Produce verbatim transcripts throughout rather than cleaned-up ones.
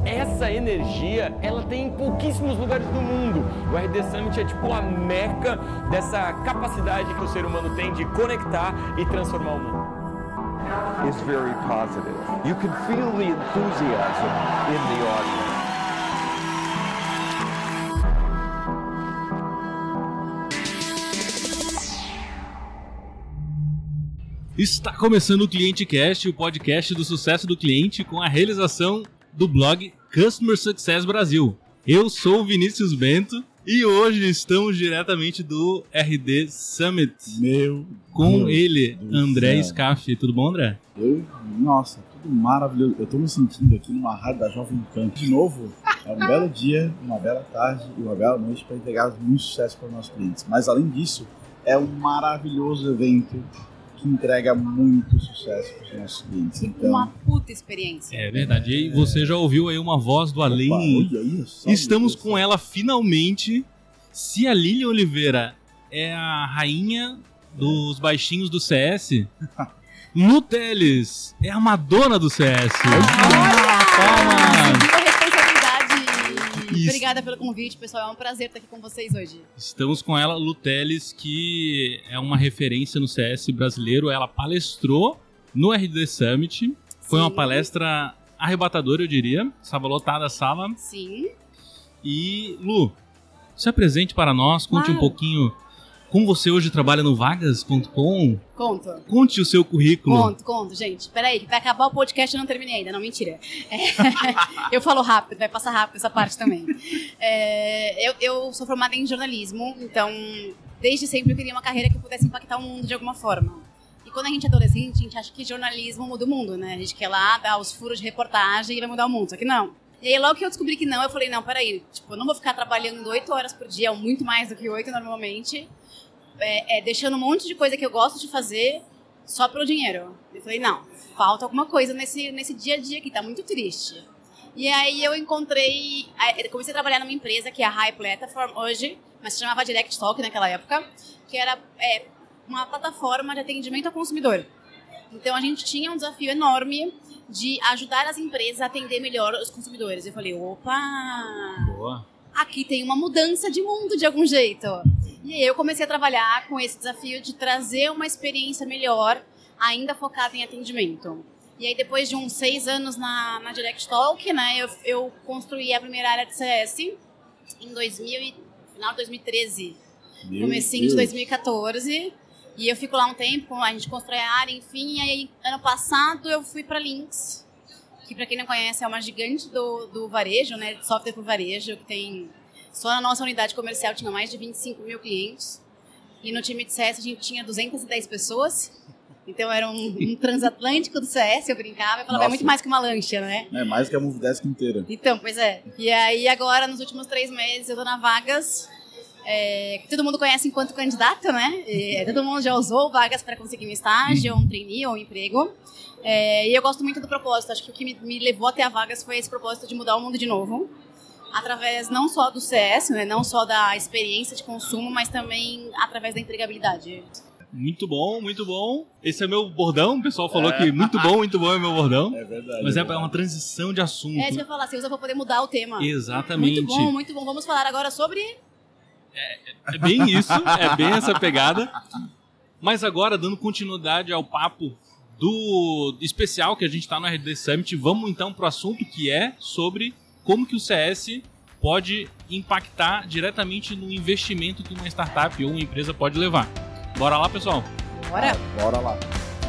essa energia, ela tem em pouquíssimos lugares do mundo. O R D Summit é tipo a meca dessa capacidade que o ser humano tem de conectar e transformar o mundo. Is very positive. You can feel the enthusiasm in the audience. Está começando o ClienteCast, o podcast do sucesso do cliente, com a realização do blog Customer Success Brasil. Eu sou o Vinícius Bento e hoje estamos diretamente do R D Summit. Meu com Deus ele, André céu. Scaff. Tudo bom, André? Eu, nossa, tudo maravilhoso. Eu tô me sentindo aqui numa rádio da Jovem Pan. De novo, é um belo dia, uma bela tarde e uma bela noite para entregar muito sucesso para os nossos clientes. Mas além disso, é um maravilhoso evento que entrega muito sucesso para os nossos clientes. Então, uma puta experiência. É verdade. E você já ouviu aí uma voz do além. Opa, olha aí, só Estamos Deus com Deus. ela finalmente. Se a Lilian Oliveira é a rainha dos baixinhos do C S, Lu Teles é a Madonna do C S. Palmas! Muita responsabilidade. Isso. Obrigada pelo convite, pessoal. É um prazer estar aqui com vocês hoje. Estamos com ela, Lu Teles, que é uma referência no C S brasileiro. Ela palestrou no R D Summit. Foi Sim. uma palestra arrebatadora, eu diria. Estava lotada a sala. Sim. E, Lu, se apresente para nós, conte Claro. um pouquinho como você hoje trabalha no vagas ponto com. Conto. Conte o seu currículo. Conto, conto, gente. Peraí, que vai acabar o podcast e eu não terminei ainda. Não, mentira. É, eu falo rápido, vai passar rápido essa parte também. É, eu, eu sou formada em jornalismo, então desde sempre eu queria uma carreira que pudesse impactar o mundo de alguma forma. E quando a gente é adolescente, a gente acha que jornalismo muda o mundo, né? A gente quer lá dar os furos de reportagem e vai mudar o mundo, só que não. E aí logo que eu descobri que não, eu falei, não, peraí, tipo, eu não vou ficar trabalhando oito horas por dia, ou muito mais do que oito normalmente, é, é, deixando um monte de coisa que eu gosto de fazer só pelo dinheiro. Eu falei, não, falta alguma coisa nesse, nesse dia a dia que tá muito triste. E aí eu encontrei, eu comecei a trabalhar numa empresa que é a High Platform hoje, mas se chamava Direct Talk naquela época, que era é, uma plataforma de atendimento ao consumidor. Então a gente tinha um desafio enorme de ajudar as empresas a atender melhor os consumidores. Eu falei, opa, Boa. aqui tem uma mudança de mundo de algum jeito. E aí eu comecei a trabalhar com esse desafio de trazer uma experiência melhor, ainda focada em atendimento. E aí depois de uns seis anos na, na Direct Talk, né, eu, eu construí a primeira área de C S em dois mil e, final de dois mil e treze, Meu comecinho Deus. de dois mil e quatorze. E eu fico lá um tempo, a gente constrói a área, enfim. E aí, ano passado, eu fui pra Lynx, que pra quem não conhece, é uma gigante do, do varejo, né? De software pro varejo, que tem... Só na nossa unidade comercial tinha mais de vinte e cinco mil clientes. E no time de C S a gente tinha duzentas e dez pessoas. Então era um, um transatlântico do C S, eu brincava. Eu falava, Nossa. é muito mais que uma lancha, né? É mais que a Movidesk inteira. Então, pois é. E aí agora, nos últimos três meses, eu tô na Vagas... É, que todo mundo conhece enquanto candidato, né? É, todo mundo já usou vagas para conseguir um estágio, ou um trainee, ou um emprego. É, e eu gosto muito do propósito. Acho que o que me, me levou até a Vagas foi esse propósito de mudar o mundo de novo. Através não só do C S, né? Não só da experiência de consumo, mas também através da empregabilidade. Muito bom, muito bom. Esse é meu bordão. O pessoal falou que muito bom, muito bom é meu bordão. É verdade. Mas é é verdade. uma transição de assunto. É isso que eu ia falar, você usa para poder mudar o tema. Exatamente. Muito bom, muito bom. Vamos falar agora sobre... É bem isso, é bem essa pegada. Mas agora, dando continuidade ao papo do especial que a gente está no R D Summit, vamos então para o assunto que é sobre como que o C S pode impactar diretamente no investimento que uma startup ou uma empresa pode levar. Bora lá, pessoal? Bora? Bora lá.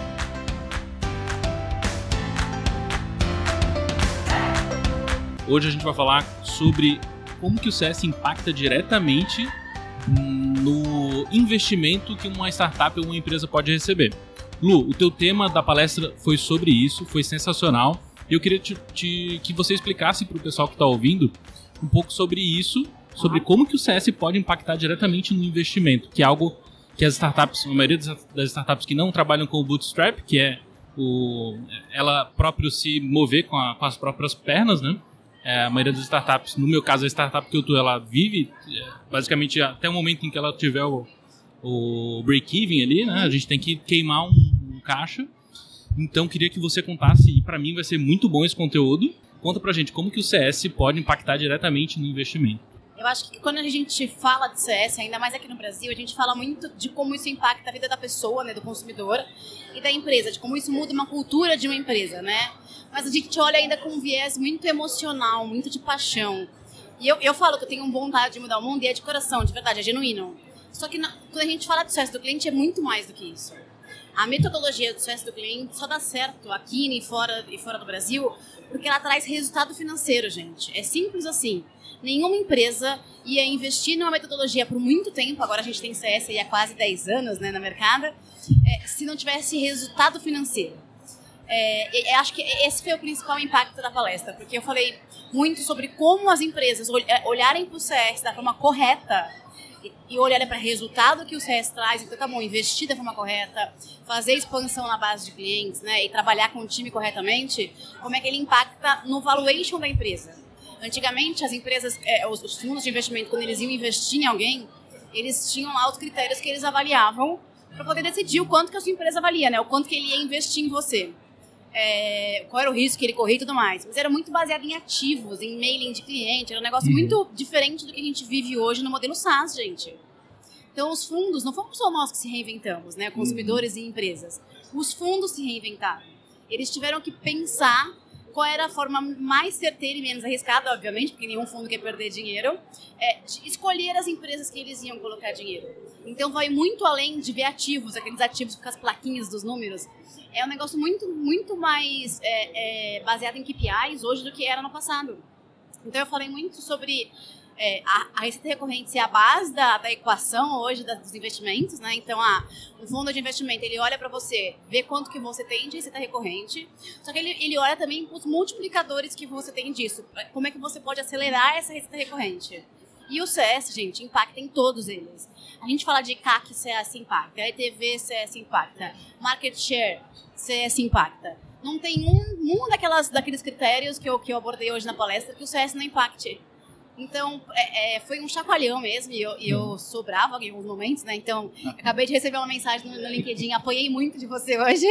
Hoje a gente vai falar sobre como que o C S impacta diretamente no investimento que uma startup ou uma empresa pode receber. Lu, o teu tema da palestra foi sobre isso, foi sensacional. E eu queria te, te, que você explicasse para o pessoal que está ouvindo um pouco sobre isso, sobre como que o C S pode impactar diretamente no investimento, que é algo que as startups, a maioria das startups que não trabalham com o bootstrap, que é o, ela próprio se mover com, a, com as próprias pernas, né? É, a maioria das startups, no meu caso a startup que eu tô, ela vive é, basicamente até o momento em que ela tiver o, o break-even ali, né? A gente tem que queimar um, um caixa. Então queria que você contasse, e para mim vai ser muito bom esse conteúdo, conta pra gente como que o C S pode impactar diretamente no investimento. Eu acho que quando a gente fala de C S, ainda mais aqui no Brasil, a gente fala muito de como isso impacta a vida da pessoa, né, do consumidor e da empresa, de como isso muda uma cultura de uma empresa, né? Mas a gente olha ainda com um viés muito emocional, muito de paixão. E eu, eu falo que eu tenho vontade de mudar o mundo e é de coração, de verdade, é genuíno. Só que na, quando a gente fala de sucesso do cliente, é muito mais do que isso. A metodologia do sucesso do cliente só dá certo aqui e fora, e fora do Brasil porque ela traz resultado financeiro, gente. É simples assim. Nenhuma empresa ia investir numa metodologia por muito tempo, agora a gente tem C S aí há quase dez anos, né, no mercado, é, se não tivesse resultado financeiro. É, acho que esse foi o principal impacto da palestra, porque eu falei muito sobre como as empresas olharem para o C S da forma correta e olharem para o resultado que o C S traz. Então, tá bom, investir da forma correta, fazer expansão na base de clientes, né, e trabalhar com o time corretamente, como é que ele impacta no valuation da empresa. Antigamente, as empresas, é, os, os fundos de investimento, quando eles iam investir em alguém, eles tinham lá os critérios que eles avaliavam para poder decidir o quanto que a sua empresa valia, né, o quanto que ele ia investir em você. É, qual era o risco que ele corria e tudo mais. Mas era muito baseado em ativos, em mailing de cliente. Era um negócio uhum. muito diferente do que a gente vive hoje no modelo SaaS, gente. Então, os fundos, não fomos só nós que se reinventamos, né? Consumidores uhum. e empresas. Os fundos se reinventaram. Eles tiveram que pensar qual era a forma mais certeira e menos arriscada, obviamente, porque nenhum fundo quer perder dinheiro, é, de escolher as empresas que eles iam colocar dinheiro. Então, vai muito além de ver ativos, aqueles ativos com as plaquinhas dos números. É um negócio muito, muito mais é, é, baseado em K P Is hoje do que era no passado. Então, eu falei muito sobre é, a, a receita recorrente ser a base da, da equação hoje da, dos investimentos, né? Então, ah, um fundo de investimento, ele olha para você, vê quanto que você tem de receita recorrente, só que ele, ele olha também para os multiplicadores que você tem disso. Como é que você pode acelerar essa receita recorrente? E o C S, gente, impacta em todos eles. A gente fala de C A C, C S impacta, E T V, C S impacta, Market Share, C S impacta. Não tem um, um daquelas, daqueles critérios que eu, que eu abordei hoje na palestra que o C S não impacte. Então, é, é, foi um chacoalhão mesmo, e eu, e eu sou brava em alguns momentos, né? Então, acabei de receber uma mensagem no, no LinkedIn, apoiei muito de você hoje.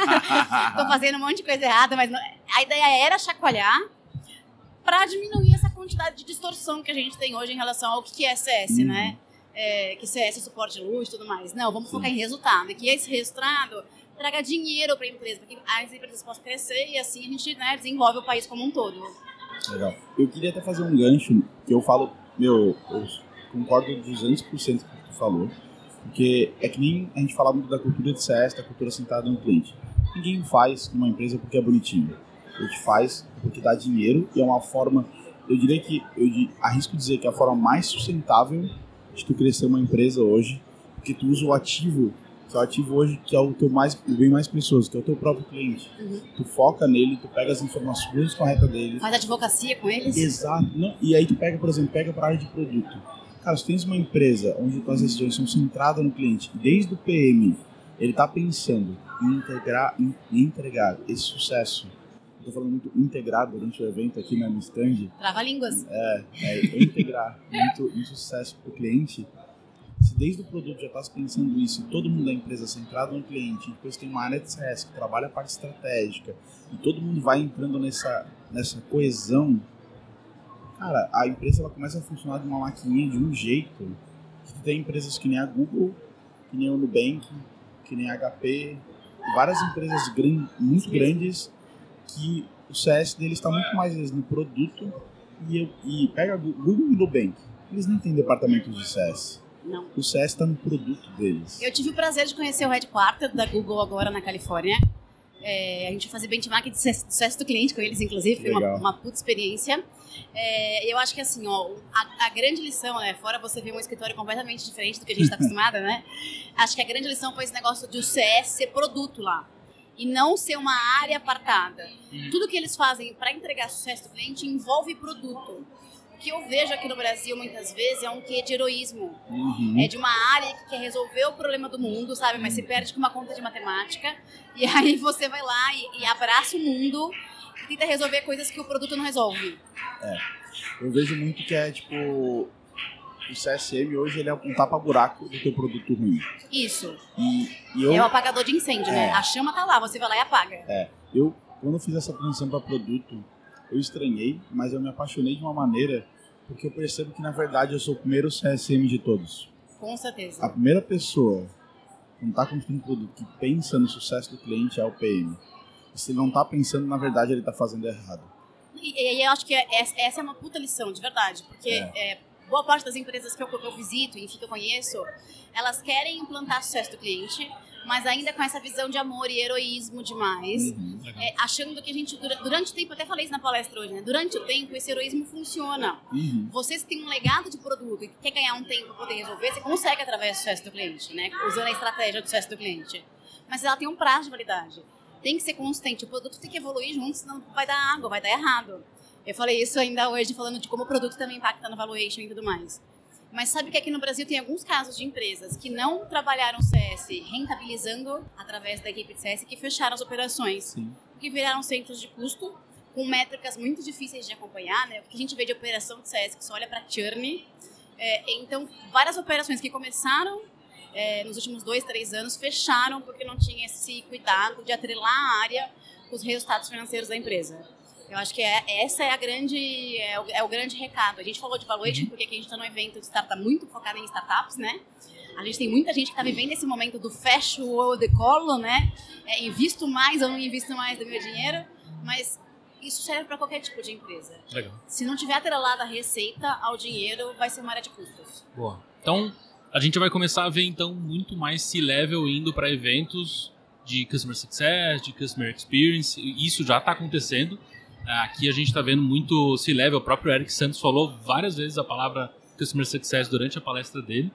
Tô fazendo um monte de coisa errada, mas não, a ideia era chacoalhar para diminuir essa quantidade de distorção que a gente tem hoje em relação ao que é C S, uhum. né? É, que C S é suporte de luz e tudo mais. Não, vamos Sim. focar em resultado. E que esse resultado traga dinheiro para a empresa, para que as empresas possam crescer e assim a gente, né, desenvolve o país como um todo. Legal. Eu queria até fazer um gancho, que eu falo, meu, eu concordo duzentos por cento com o que tu falou, porque é que nem a gente fala muito da cultura de C S, da cultura sentada no cliente. Ninguém faz numa empresa porque é bonitinho. A gente faz porque dá dinheiro e é uma forma, eu diria que, eu arrisco dizer que é a forma mais sustentável de tu crescer uma empresa hoje, porque tu usa o ativo, que é o ativo hoje, que é o teu mais, o bem mais precioso, que é o teu próprio cliente. Uhum. Tu foca nele, tu pega as informações corretas dele. Faz advocacia com eles? Exato. Não, e aí tu pega, por exemplo, pega para a área de produto. Cara, se tens uma empresa onde as decisões são centradas no cliente, desde o P M, ele tá pensando em integrar, em, em entregar esse sucesso. Eu tô falando muito integrar durante o evento aqui na minha stand. Trava-línguas. É, é integrar muito, muito sucesso pro cliente. Se desde o produto já está se pensando isso, e todo mundo da empresa centrado no cliente, e depois tem uma área de C S que trabalha a parte estratégica, e todo mundo vai entrando nessa, nessa coesão, cara, a empresa ela começa a funcionar de uma maquininha de um jeito, que tem empresas que nem a Google, que nem o Nubank, que nem a H P, várias empresas gran, muito grandes, que o C S deles está muito mais vezes no produto, e, e pega a Google e o Nubank, eles nem têm departamento de C S. Não. O C S está no produto deles. Eu tive o prazer de conhecer o headquarter da Google agora na Califórnia. É, a gente vai fazer benchmark de sucesso do cliente com eles, inclusive. Foi uma, uma puta experiência. É, eu acho que assim, ó, a, a grande lição, né? Fora você ver um escritório completamente diferente do que a gente está acostumada, né? Acho que a grande lição foi esse negócio de o C S ser produto lá. E não ser uma área apartada. Uhum. Tudo que eles fazem para entregar sucesso do cliente envolve produto. O que eu vejo aqui no Brasil, muitas vezes, é um quê de heroísmo. Uhum. É de uma área que quer resolver o problema do mundo, sabe? Mas se perde com uma conta de matemática. E aí você vai lá e, e abraça o mundo e tenta resolver coisas que o produto não resolve. É. Eu vejo muito que é, tipo... O C S M hoje ele é um tapa-buraco do teu produto ruim. Isso. E, e eu... É o apagador de incêndio, é. né? A chama tá lá, você vai lá e apaga. É. Eu, quando eu fiz essa transição para produto... eu estranhei, mas eu me apaixonei de uma maneira porque eu percebo que, na verdade, eu sou o primeiro C S M de todos. Com certeza. A primeira pessoa, quando está construindo um produto, que pensa no sucesso do cliente é o P M. E se ele não está pensando, na verdade, ele está fazendo errado. E, e eu acho que essa, essa é uma puta lição, de verdade. Porque é. É, boa parte das empresas que eu, que eu visito e que eu conheço, elas querem implantar sucesso do cliente, mas ainda com essa visão de amor e heroísmo demais. Uhum. É, achando que a gente, durante o tempo, até falei isso na palestra hoje, né? Durante o tempo, esse heroísmo funciona. Uhum. Você tem um legado de produto e quer ganhar um tempo para poder resolver, você consegue através do sucesso do cliente, né? Usando a estratégia do sucesso do cliente. Mas ela tem um prazo de validade. Tem que ser constante, o produto tem que evoluir junto, senão vai dar água, vai dar errado. Eu falei isso ainda hoje, falando de como o produto também impacta no valuation e tudo mais. Mas sabe que aqui no Brasil tem alguns casos de empresas que não trabalharam C S rentabilizando através da equipe de C S, que fecharam as operações, Sim. que viraram centros de custo, com métricas muito difíceis de acompanhar, né? O que a gente vê de operação de C S, que só olha para churn. É, então, várias operações que começaram É, nos últimos dois, três anos, fecharam porque não tinha esse cuidado de atrelar a área com os resultados financeiros da empresa. Eu acho que é, essa é a grande, é o, é o grande recado. A gente falou de valuation porque aqui a gente está num evento de startup muito focado em startups, né? A gente tem muita gente que está vivendo esse momento do fecho ou decolo, né? É, invisto mais ou não invisto mais do meu dinheiro, mas isso serve para qualquer tipo de empresa. Legal. Se não tiver atrelada a receita ao dinheiro, vai ser uma área de custos. Boa. Então, a gente vai começar a ver, então, muito mais C-Level indo para eventos de Customer Success, de Customer Experience. Isso já está acontecendo. Aqui a gente está vendo muito C-Level. O próprio Eric Santos falou várias vezes a palavra Customer Success durante a palestra dele.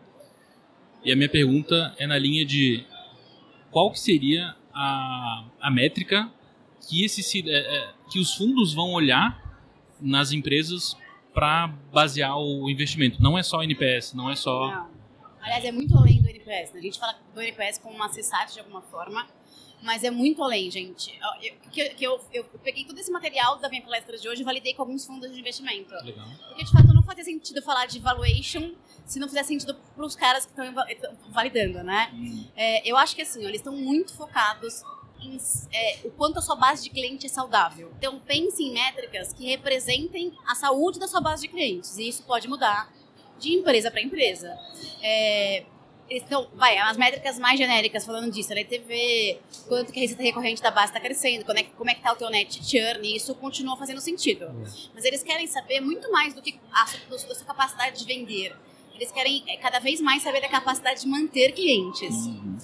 E a minha pergunta é na linha de qual que seria a, a métrica que, esse, que os fundos vão olhar nas empresas para basear o investimento. Não é só N P S, não é só... Não. Aliás, é muito além do N P S, né? A gente fala do N P S como uma C SAT de alguma forma, mas é muito além, gente. Eu, eu, que eu, eu, eu peguei todo esse material da minha palestra de hoje e validei com alguns fundos de investimento. Legal. Porque, de fato, não fazia sentido falar de valuation se não fizer sentido para os caras que estão validando, né? Uhum. É, eu acho que, assim, ó, eles estão muito focados em é, o quanto a sua base de cliente é saudável. Então, pense em métricas que representem a saúde da sua base de clientes, e isso pode mudar de empresa para empresa. É, então, vai, as métricas mais genéricas falando disso, L T V, quanto que a receita recorrente da base está crescendo, como é, como é que está o teu net churn, e isso continua fazendo sentido. Uhum. Mas eles querem saber muito mais do que a da sua capacidade de vender. Eles querem cada vez mais saber da capacidade de manter clientes. Uhum.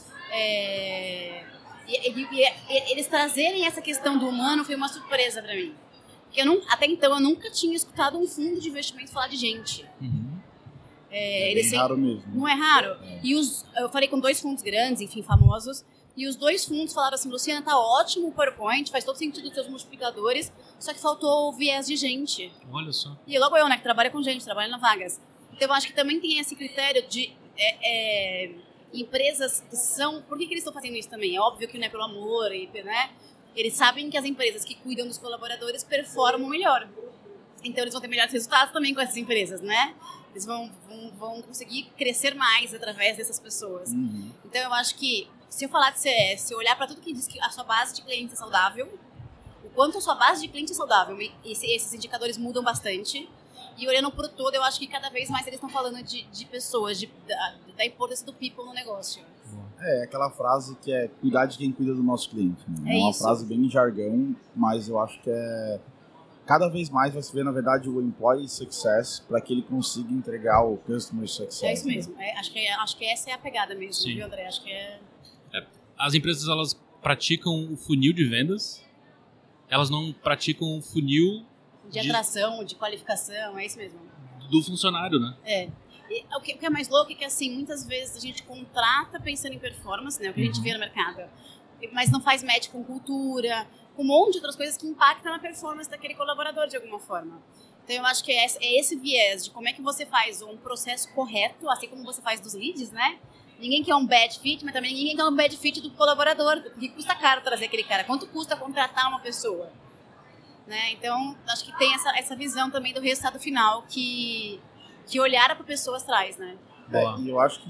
É, e, e, e, e eles trazerem essa questão do humano foi uma surpresa para mim. Porque eu não, até então eu nunca tinha escutado um fundo de investimento falar de gente. Uhum. É, é bem raro mesmo. Não é raro. É. E os, eu falei com dois fundos grandes, enfim, famosos, e os dois fundos falaram assim, Luciana, tá ótimo o PowerPoint, faz todo sentido os seus multiplicadores, só que faltou o viés de gente. Olha só. E logo eu, né, que trabalho com gente, trabalho na Vagas. Então eu acho que também tem esse critério de é, é, empresas que são... Por que, que eles estão fazendo isso também? É óbvio que não é pelo amor, e, né? Eles sabem que as empresas que cuidam dos colaboradores performam melhor. Então eles vão ter melhores resultados também com essas empresas, né? Eles vão, vão, vão conseguir crescer mais através dessas pessoas. Uhum. Então eu acho que, se eu falar de C S, olhar para tudo que diz que a sua base de clientes é saudável, o quanto a sua base de clientes é saudável, e esses indicadores mudam bastante, e olhando para o todo, eu acho que cada vez mais eles estão falando de, de pessoas, de, da, da importância do people no negócio. É, aquela frase que é cuidar de quem cuida do nosso cliente. Né? É É uma isso. frase bem jargão, mas eu acho que é... Cada vez mais vai se ver, na verdade, o employee success para que ele consiga entregar o customer success. É isso mesmo. É, acho, que, acho que essa é a pegada mesmo, Sim. viu, André? Acho que é... É, as empresas, elas praticam o funil de vendas, elas não praticam o funil De de- atração, de qualificação, é isso mesmo. do funcionário, né? É. E o, que, o que é mais louco é que, assim, muitas vezes a gente contrata pensando em performance, né? O que a gente vê no mercado. Mas não faz match com cultura, com um monte de outras coisas que impactam na performance daquele colaborador de alguma forma. Então eu acho que é esse, é esse viés de como é que você faz um processo correto, assim como você faz dos leads, né? Ninguém quer um bad fit, mas também ninguém quer um bad fit do colaborador, porque custa caro trazer aquele cara. Quanto custa contratar uma pessoa? Né? Então, acho que tem essa, essa visão também do resultado final que, que olhar para pessoas traz, né? É, Boa. e eu acho que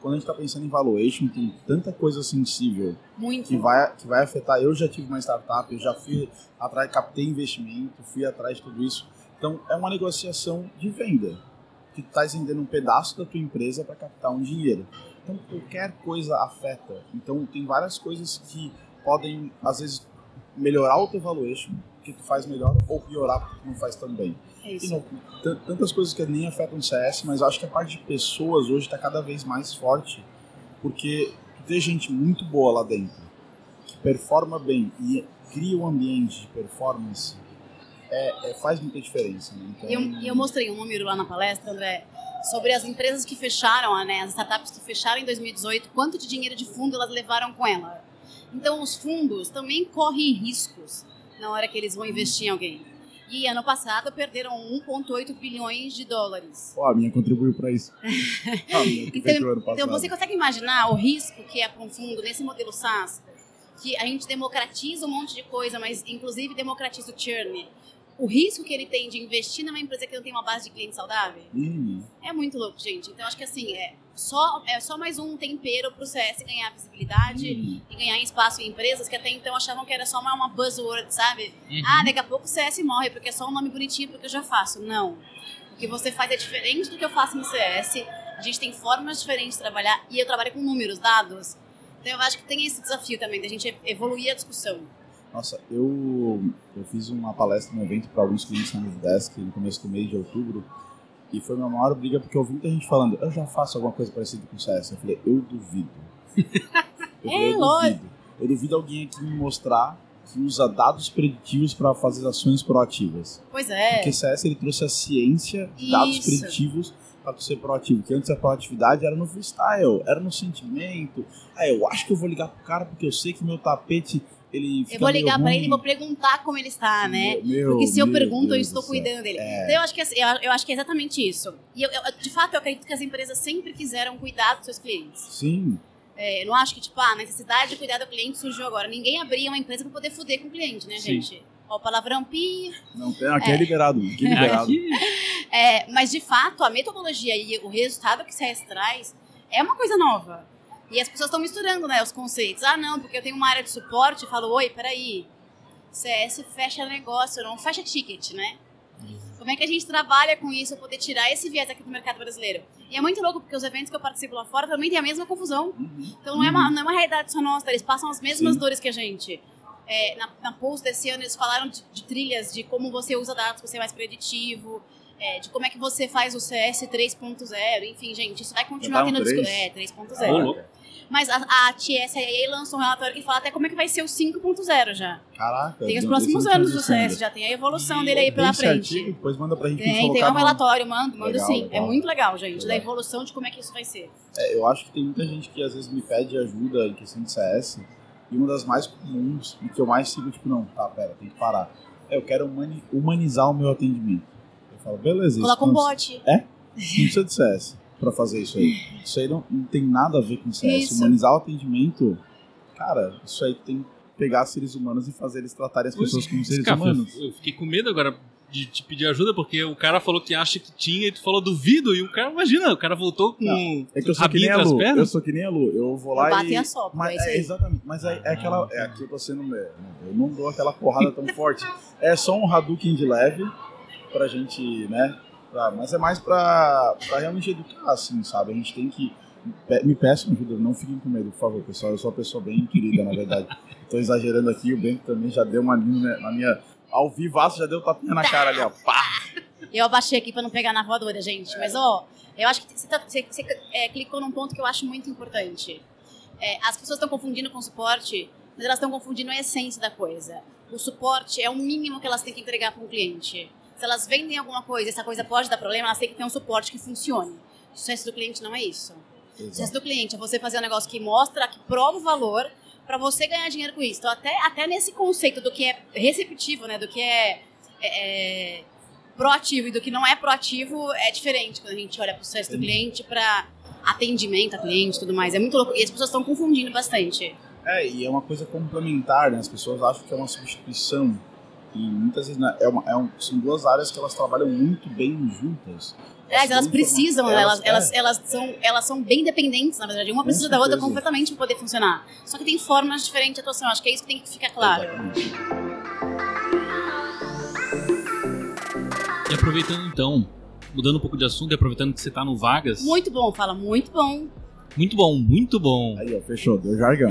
quando a gente está pensando em valuation, tem tanta coisa sensível Muito. que vai, que vai afetar. Eu já tive uma startup, eu já fui atrás, captei investimento, fui atrás de tudo isso. Então, é uma negociação de venda, que tu está vendendo um pedaço da tua empresa para captar um dinheiro. Então, qualquer coisa afeta. Então, tem várias coisas que podem, às vezes, melhorar o teu valuation, que tu faz melhor, ou piorar porque tu não faz tão bem. É isso. E não, t- tantas coisas que nem afetam o C S, mas eu acho que a parte de pessoas hoje está cada vez mais forte, porque tu tem gente muito boa lá dentro, que performa bem e cria um ambiente de performance, é, é, faz muita diferença. Né? Então, E eu, eu mostrei um número lá na palestra, André, sobre as empresas que fecharam, né, as startups que fecharam em dois mil e dezoito, quanto de dinheiro de fundo elas levaram com ela. Então, os fundos também correm riscos na hora que eles vão investir em alguém. E ano passado perderam um vírgula oito bilhões de dólares. Ó, a minha contribuiu para isso. A minha que fechou ano Então, então, você consegue imaginar o risco que é para um fundo nesse modelo SaaS? Que a gente democratiza um monte de coisa, mas inclusive democratiza o churn. O risco que ele tem de investir numa empresa que não tem uma base de cliente saudável Hum. é muito louco, gente. Então, acho que assim, é só, é só mais um tempero pro C S ganhar visibilidade Hum. e ganhar espaço em empresas que até então achavam que era só uma, uma buzzword, sabe? Uhum. Ah, daqui a pouco o C S morre porque é só um nome bonitinho porque eu já faço. Não. O que você faz é diferente do que eu faço no C S. A gente tem formas diferentes de trabalhar e eu trabalho com números, dados. Então, eu acho que tem esse desafio também da gente evoluir a discussão. Nossa, eu, eu fiz uma palestra, um evento para alguns clientes na Movidesk no começo do mês de outubro, e foi minha maior briga porque eu vi muita gente falando, eu já faço alguma coisa parecida com o C S. Eu falei, eu duvido. Eu, falei, É, eu lógico. duvido. Eu duvido alguém aqui me mostrar que usa dados preditivos para fazer ações proativas. Pois é. Porque C S ele trouxe a ciência de dados Isso. preditivos para tu ser proativo. Que antes a proatividade era no freestyle, era no sentimento. Ah, eu acho que eu vou ligar pro cara porque eu sei que meu tapete ele fica Eu vou ligar meio pra ruim. ele e vou perguntar como ele está, né? Meu, Porque se eu meu pergunto, Deus eu estou do céu. cuidando dele. É. Então eu acho, que, assim, eu, eu acho que é exatamente isso. E eu, eu- de fato, eu acredito que as empresas sempre quiseram cuidar dos seus clientes. Sim. É, eu não acho que, tipo, a necessidade de cuidar do cliente surgiu agora. Ninguém abria uma empresa pra poder foder com o cliente, né, Sim. gente? Ó, o palavrão pi. Não tem, aqui é, liberado. Aqui é liberado. Aqui, É, mas, de fato, a metodologia e o resultado que o C S traz é uma coisa nova. E as pessoas estão misturando, né, os conceitos. Ah, não, porque eu tenho uma área de suporte e falo, oi, peraí, C S fecha negócio, não fecha ticket, né? Como é que a gente trabalha com isso, poder tirar esse viés aqui do mercado brasileiro? E é muito louco, porque os eventos que eu participo lá fora também têm a mesma confusão. Então não é uma, não é uma realidade só nossa, eles passam as mesmas Sim. dores que a gente. É, na, na post desse ano eles falaram de, de trilhas, de como você usa dados para ser mais preditivo, é, de como é que você faz o C S três ponto zero, enfim, gente, isso vai continuar Já tá no tendo discussão. três? É, três ponto Ô, zero. louco. Mas a, a T S A lançou um relatório que fala até como é que vai ser o cinco ponto zero já. Caraca. Tem os não- próximos esse eu não anos tinha do C S, visto já tem a evolução E dele aí ainda. pela Tem esse frente. artigo, depois manda pra gente Tem, tem colocar um no- relatório, mando, mando Legal, sim. legal. É muito legal, gente, da Legal. evolução de como é que isso vai ser. É, eu acho que tem muita gente que às vezes me pede ajuda em questão de C S, e uma das mais comuns, e que eu mais sigo, tipo, não, tá, pera, tem que parar. É, eu quero humani- humanizar o meu atendimento. Eu falo, beleza, isso Coloca um não- bot. Não precisa de C S pra fazer isso aí. Isso aí não, não tem nada a ver com C S. Isso. Humanizar o atendimento, cara, isso aí tem que pegar seres humanos e fazer eles tratarem as pessoas como seres Cara, humanos. eu, eu fiquei com medo agora de te pedir ajuda, porque o cara falou que acha que tinha e tu falou duvido, e o cara, imagina, o cara voltou com Não, É que eu o sou que nem rabinho a entre as Lu. Eu pernas. sou que nem a Lu. Eu vou lá Bate e... e assopra, Mas, é isso é, aí. exatamente. Mas é, é aquela... É, aqui eu tô sendo... Eu não dou aquela porrada tão forte. É só um Hadouken de leve pra gente, né? Pra, mas é mais pra, pra realmente educar, assim, sabe? A gente tem que... pe- Me peçam ajuda, não fiquem com medo, por favor, pessoal. Eu sou uma pessoa bem querida, na verdade. Tô exagerando aqui. O Bento também já deu uma linha na minha... Ao vivaço já deu tapinha na cara ali, ó. Pá! Eu abaixei aqui pra não pegar na voadora, gente. Mas, ó, eu acho que você, tá- você- você, é, clicou num ponto que eu acho muito importante. É, as pessoas estão confundindo com suporte, mas elas estão confundindo a essência da coisa. O suporte é o mínimo que elas têm que entregar para um cliente. Se elas vendem alguma coisa e essa coisa pode dar problema, elas têm que ter um suporte que funcione. O sucesso do cliente não é isso. O sucesso do cliente é você fazer um negócio que mostra, que prova o valor para você ganhar dinheiro com isso. Então, até, até nesse conceito do que é receptivo, né, do que é, é, é proativo e do que não é proativo, é diferente quando a gente olha para o sucesso do cliente, para atendimento a cliente e tudo mais. É muito louco. E as pessoas estão confundindo bastante. É, e é uma coisa complementar, né? As pessoas acham que é uma substituição E muitas vezes né, é uma, é um, são duas áreas que elas trabalham muito bem juntas. Aliás, elas precisam, elas, elas, elas, é. elas, são, elas são bem dependentes, na verdade. Uma Com precisa da outra certeza. completamente para poder funcionar. Só que tem formas diferentes de atuação. Acho que é isso que tem que ficar claro. Exatamente. E aproveitando então, mudando um pouco de assunto e aproveitando que você tá no Vagas. Muito bom, fala muito bom. Muito bom, muito bom. Aí, ó, fechou, deu jargão.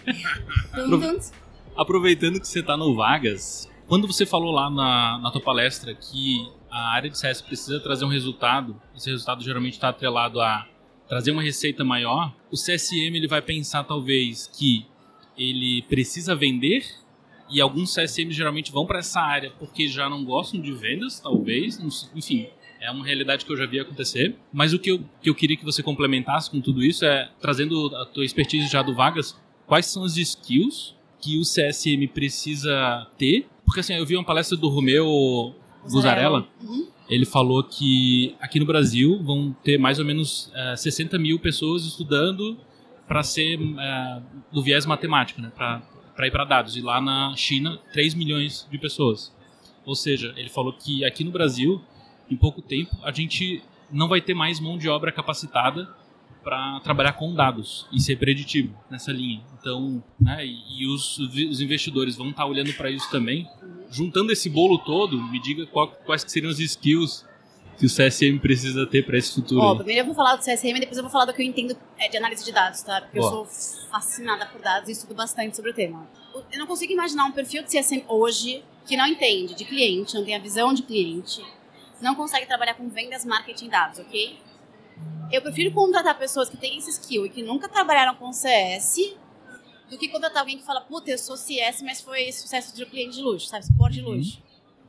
Tum, tum. Aproveitando que você tá no Vagas, quando você falou lá na, na tua palestra que a área de C S precisa trazer um resultado, esse resultado geralmente está atrelado a trazer uma receita maior, o C S M ele vai pensar talvez que ele precisa vender, e alguns C S Ms geralmente vão para essa área porque já não gostam de vendas, talvez, não sei, enfim, é uma realidade que eu já vi acontecer. Mas o que eu, que eu queria que você complementasse com tudo isso é, trazendo a tua expertise já do Vagas, quais são as skills que o C S M precisa ter? Porque assim, eu vi uma palestra do Romeu Guzarella, Uhum. ele falou que aqui no Brasil vão ter mais ou menos uh, sessenta mil pessoas estudando para ser uh, do viés matemático, né? Para ir para dados. E lá na China, três milhões de pessoas. Ou seja, ele falou que aqui no Brasil, em pouco tempo, a gente não vai ter mais mão de obra capacitada para trabalhar com dados e ser preditivo nessa linha. Então, né, e, e os, os investidores vão estar olhando para isso também. Juntando esse bolo todo, me diga qual, quais que seriam os skills que o C S M precisa ter para esse futuro. Ó, aí. primeiro eu vou falar do C S M e depois eu vou falar do que eu entendo é, de análise de dados, tá? Porque Boa. eu sou fascinada por dados e estudo bastante sobre o tema. Eu não consigo imaginar um perfil de C S M hoje que não entende de cliente, não tem a visão de cliente, não consegue trabalhar com vendas, marketing e dados, ok? Eu prefiro contratar pessoas que têm esse skill e que nunca trabalharam com C S do que contratar alguém que fala, puta, eu sou C S, mas foi sucesso de cliente de luxo, sabe? Suporte de luxo.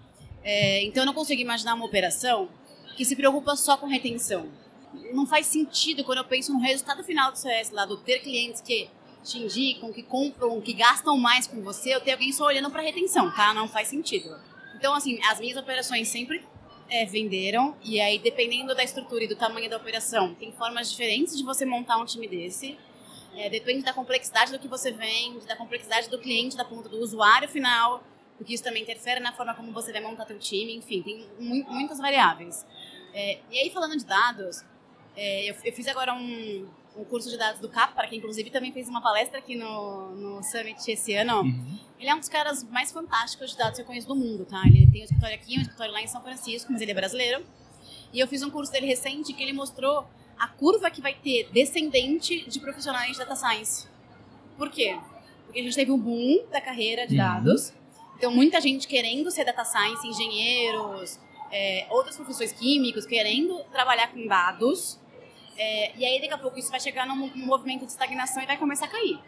É, então eu não consigo imaginar uma operação que se preocupa só com retenção. Não faz sentido quando eu penso no resultado final do C S, lá do ter clientes que te indicam, que compram, que gastam mais com você, eu ter alguém só olhando para retenção, tá? Não faz sentido. Então, assim, as minhas operações sempre é, venderam, e aí, dependendo da estrutura e do tamanho da operação, tem formas diferentes de você montar um time desse. É, depende da complexidade do que você vende, da complexidade do cliente, da ponta do usuário final, porque isso também interfere na forma como você vai montar seu time, enfim, tem mu- muitas variáveis. É, e aí, falando de dados, é, eu, eu fiz agora um, um curso de dados do Capra, que inclusive também fez uma palestra aqui no, no Summit esse ano. Uhum. Ele é um dos caras mais fantásticos de dados que eu conheço do mundo, tá? Ele tem um escritório aqui, um escritório lá em São Francisco, mas ele é brasileiro. E eu fiz um curso dele recente que ele mostrou a curva que vai ter descendente de profissionais de data science. Por quê? Porque a gente teve um boom da carreira de Uhum. dados. Então, muita gente querendo ser data science, engenheiros, é, outras profissões, químicos, querendo trabalhar com dados. É, e aí, daqui a pouco, isso vai chegar num, num movimento de estagnação e vai começar a cair.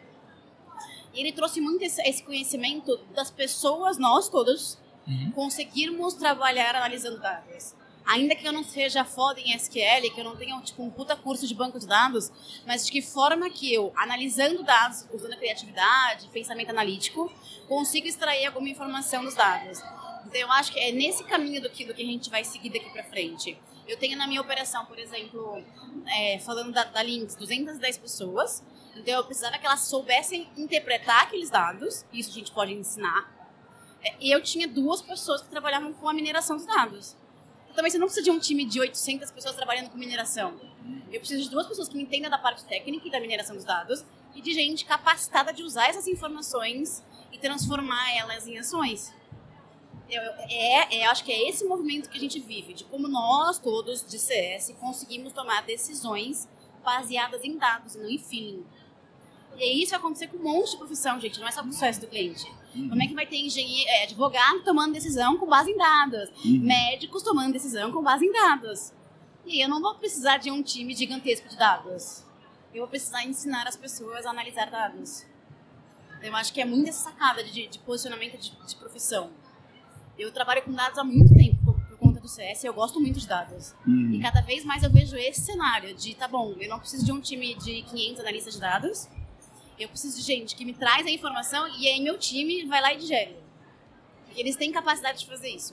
E ele trouxe muito esse, esse conhecimento das pessoas, nós todos, Uhum. conseguirmos trabalhar analisando dados. Ainda que eu não seja foda em S Q L, que eu não tenha tipo, um puta curso de banco de dados, mas de que forma que eu, analisando dados, usando a criatividade, pensamento analítico, consigo extrair alguma informação dos dados. Então eu acho que é nesse caminho do que, do que a gente vai seguir daqui pra frente. Eu tenho na minha operação, por exemplo, é, falando da, da Lynx, duzentas e dez pessoas, então eu precisava que elas soubessem interpretar aqueles dados, isso a gente pode ensinar, é, e eu tinha duas pessoas que trabalhavam com a mineração dos dados. Também você não precisa de um time de oitocentas pessoas trabalhando com mineração. Eu preciso de duas pessoas que me entendam da parte técnica e da mineração dos dados e de gente capacitada de usar essas informações e transformar elas em ações. Eu, eu, é, é, acho que é esse movimento que a gente vive, de como nós todos de C S conseguimos tomar decisões baseadas em dados e não em feeling. E aí isso vai acontecer com um monte de profissão, gente, não é só com o sucesso do cliente. Uhum. Como é que vai ter engenheiro, é, advogado tomando decisão com base em dados, uhum. médicos tomando decisão com base em dados. E aí eu não vou precisar de um time gigantesco de dados. Eu vou precisar ensinar as pessoas a analisar dados. Eu acho que é muito essa sacada de, de posicionamento de, de profissão. Eu trabalho com dados há muito tempo por, por conta do C S, eu gosto muito de dados. Uhum. E cada vez mais eu vejo esse cenário de, tá bom, eu não preciso de um time de quinhentos analistas de dados, eu preciso de gente que me traz a informação e aí meu time vai lá e digere. Porque eles têm capacidade de fazer isso.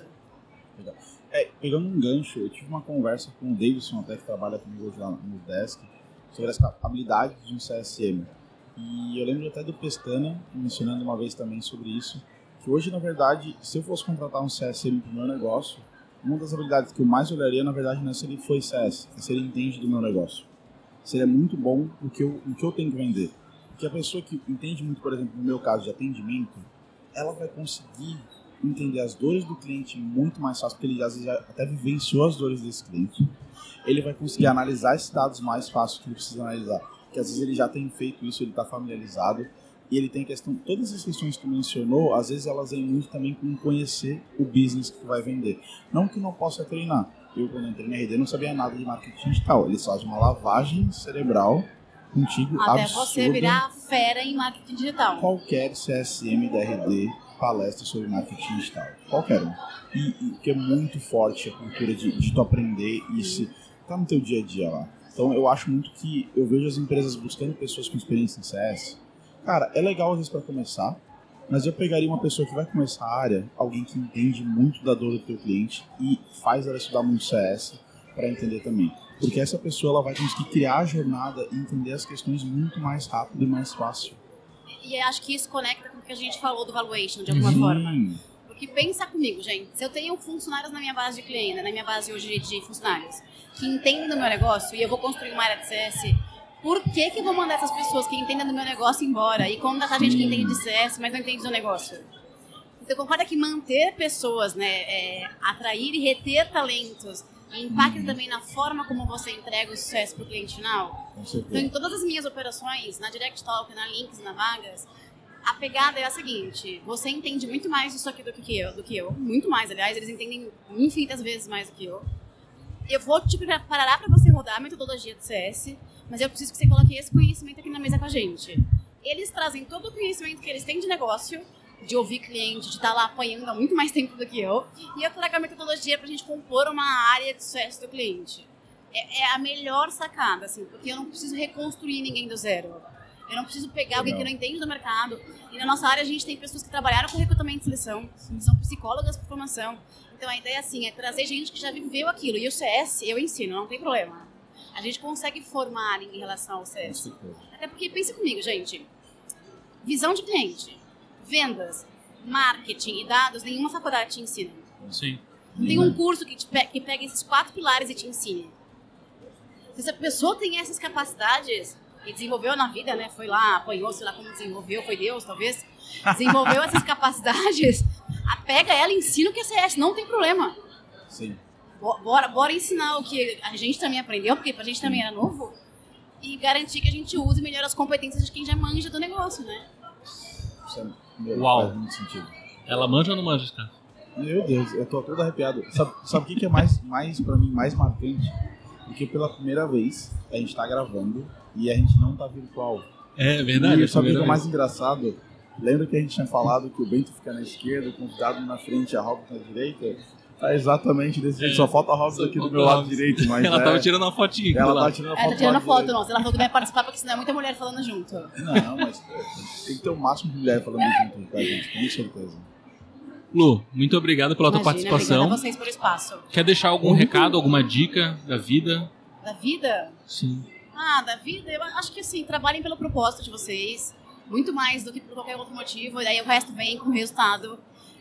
É, pegando um gancho, eu tive uma conversa com o Davidson, até que trabalha comigo hoje lá no Desk, sobre as habilidades de um C S M. E eu lembro até do Pestana mencionando uma vez também sobre isso, que hoje, na verdade, se eu fosse contratar um C S M para o meu negócio, uma das habilidades que eu mais olharia, na verdade, não é se ele foi C S, é se ele entende do meu negócio. Se ele é muito bom no que eu, no que eu tenho que vender. Porque a pessoa que entende muito, por exemplo, no meu caso de atendimento, ela vai conseguir entender as dores do cliente muito mais fácil, porque ele às vezes já até vivenciou as dores desse cliente. Ele vai conseguir analisar esses dados mais fácil que ele precisa analisar. Porque às vezes ele já tem feito isso, ele está familiarizado. E ele tem questão, todas as questões que tu mencionou, às vezes elas vêm muito também com conhecer o business que tu vai vender. Não que não possa treinar. Eu, quando entrei na R D, não sabia nada de marketing digital. Eles fazem uma lavagem cerebral contigo Até absurda. você virar fera em marketing digital. Qualquer C S M da R D palestra sobre marketing digital. Qualquer um. E, e que é muito forte a cultura de, de tu aprender e se tá no teu dia a dia lá. Então eu acho muito que eu vejo as empresas buscando pessoas com experiência em C S. Cara, é legal às vezes para começar, mas eu pegaria uma pessoa que vai começar a área, alguém que entende muito da dor do teu cliente e faz ela estudar muito C S para entender também. Porque essa pessoa ela vai conseguir criar a jornada e entender as questões muito mais rápido e mais fácil. E acho que isso conecta com o que a gente falou do valuation, de alguma Sim. forma. Porque pensa comigo, gente, se eu tenho funcionários na minha base de cliente, na minha base hoje de funcionários, que entendem do meu negócio e eu vou construir uma área de C S, por que que eu vou mandar essas pessoas que entendem do meu negócio embora e contratar gente que entende de C S, mas não entende do negócio? Então, concorda que manter pessoas, né, é, atrair e reter talentos impacta também na forma como você entrega o sucesso para o cliente final? Com certeza. Então, em todas as minhas operações, na Direct Talk, na Links, na Vagas, a pegada é a seguinte: você entende muito mais disso aqui do que eu, do que eu, muito mais, aliás, eles entendem infinitas vezes mais do que eu. Eu vou te preparar para você rodar a metodologia do C S, mas eu preciso que você coloque esse conhecimento aqui na mesa com a gente. Eles trazem todo o conhecimento que eles têm de negócio, de ouvir cliente, de estar lá apanhando há muito mais tempo do que eu, e eu trago a metodologia pra gente compor uma área de sucesso do cliente. É, é a melhor sacada, assim, porque eu não preciso reconstruir ninguém do zero. Eu não preciso pegar alguém que não entende do mercado. E na nossa área a gente tem pessoas que trabalharam com recrutamento e seleção, são psicólogas por formação. Então a ideia, assim, é trazer gente que já viveu aquilo. E o C S eu ensino, não tem problema. A gente consegue formar em relação ao C S. Até porque, pense comigo, gente, visão de cliente, vendas, marketing e dados, nenhuma faculdade te ensina. Sim. Não tem um curso que, te pe- que pega esses quatro pilares e te ensine. Se a pessoa tem essas capacidades e desenvolveu na vida, né? Foi lá, apanhou, sei lá como desenvolveu, foi Deus, talvez. Desenvolveu essas capacidades, a pega ela e ensina o que é C S, não tem problema. Sim. Bora, bora ensinar o que a gente também aprendeu, porque pra gente também era novo, e garantir que a gente use melhor as competências de quem já manja do negócio, né? Isso é, meu, Uau. faz muito sentido. Ela manja ou não manja, cara? Meu Deus, eu tô todo arrepiado. Sabe, sabe o que, que é mais, mais, pra mim, mais marcante? Porque pela primeira vez a gente tá gravando e a gente não tá virtual. É verdade. E sabe o que é mais engraçado? Lembra que a gente tinha falado que o Bento fica na esquerda, o convidado na frente e a Robin na direita? Tá exatamente desse jeito, É. só falta a Robin aqui do meu lado direito. Mas Ela é, tava tirando uma fotinha. ela lá. tá tirando a foto. Ela tá tirando do lado foto, direito. nossa. Ela falou que vai participar porque senão é muita mulher falando junto. Não, mas é, tem que ter o máximo de mulher falando junto com a gente, com certeza. Lu, muito obrigado pela tua Imagina, participação. obrigada a vocês por espaço. Quer deixar algum recado, alguma dica da vida? Da vida? Sim. Ah, da vida, eu acho que assim, trabalhem pelo propósito de vocês, muito mais do que por qualquer outro motivo, e aí o resto vem com o resultado.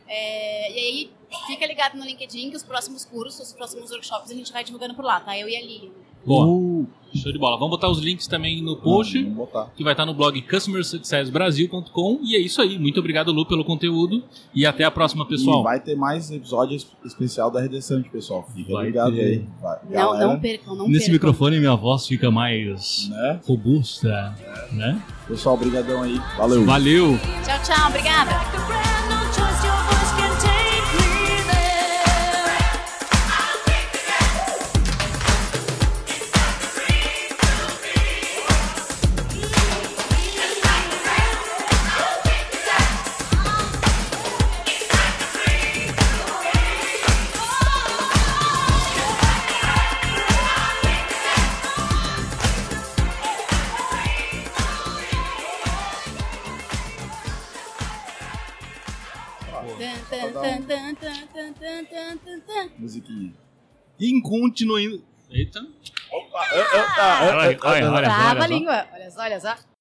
É, e aí, fica ligado no LinkedIn que os próximos cursos, os próximos workshops a gente vai divulgando por lá, tá? Eu e a Lilian. Boa. Uh, Show de bola. Vamos botar os links também no post, Vamos botar. que vai estar no blog customer success brasil ponto com. E é isso aí. Muito obrigado, Lu, pelo conteúdo. E até a próxima, pessoal. E vai ter mais episódio es- especial da Redenção, pessoal. Fica Vai ligado ter. aí. Vai, Não, galera, não percam, não Nesse percam. microfone, minha voz fica mais né? robusta, né? Pessoal, brigadão aí. Valeu. Valeu! Tchau, tchau, obrigada. Tan, tan, tan, tan, tan, tan, tan, tan, tan. Musiquinha. Incontinuando. Eita! Opa, ah, ah, ah, ah, ah, ah, ah, Olha, olha, olha, Trava olha a só. língua. Olha só, olha só.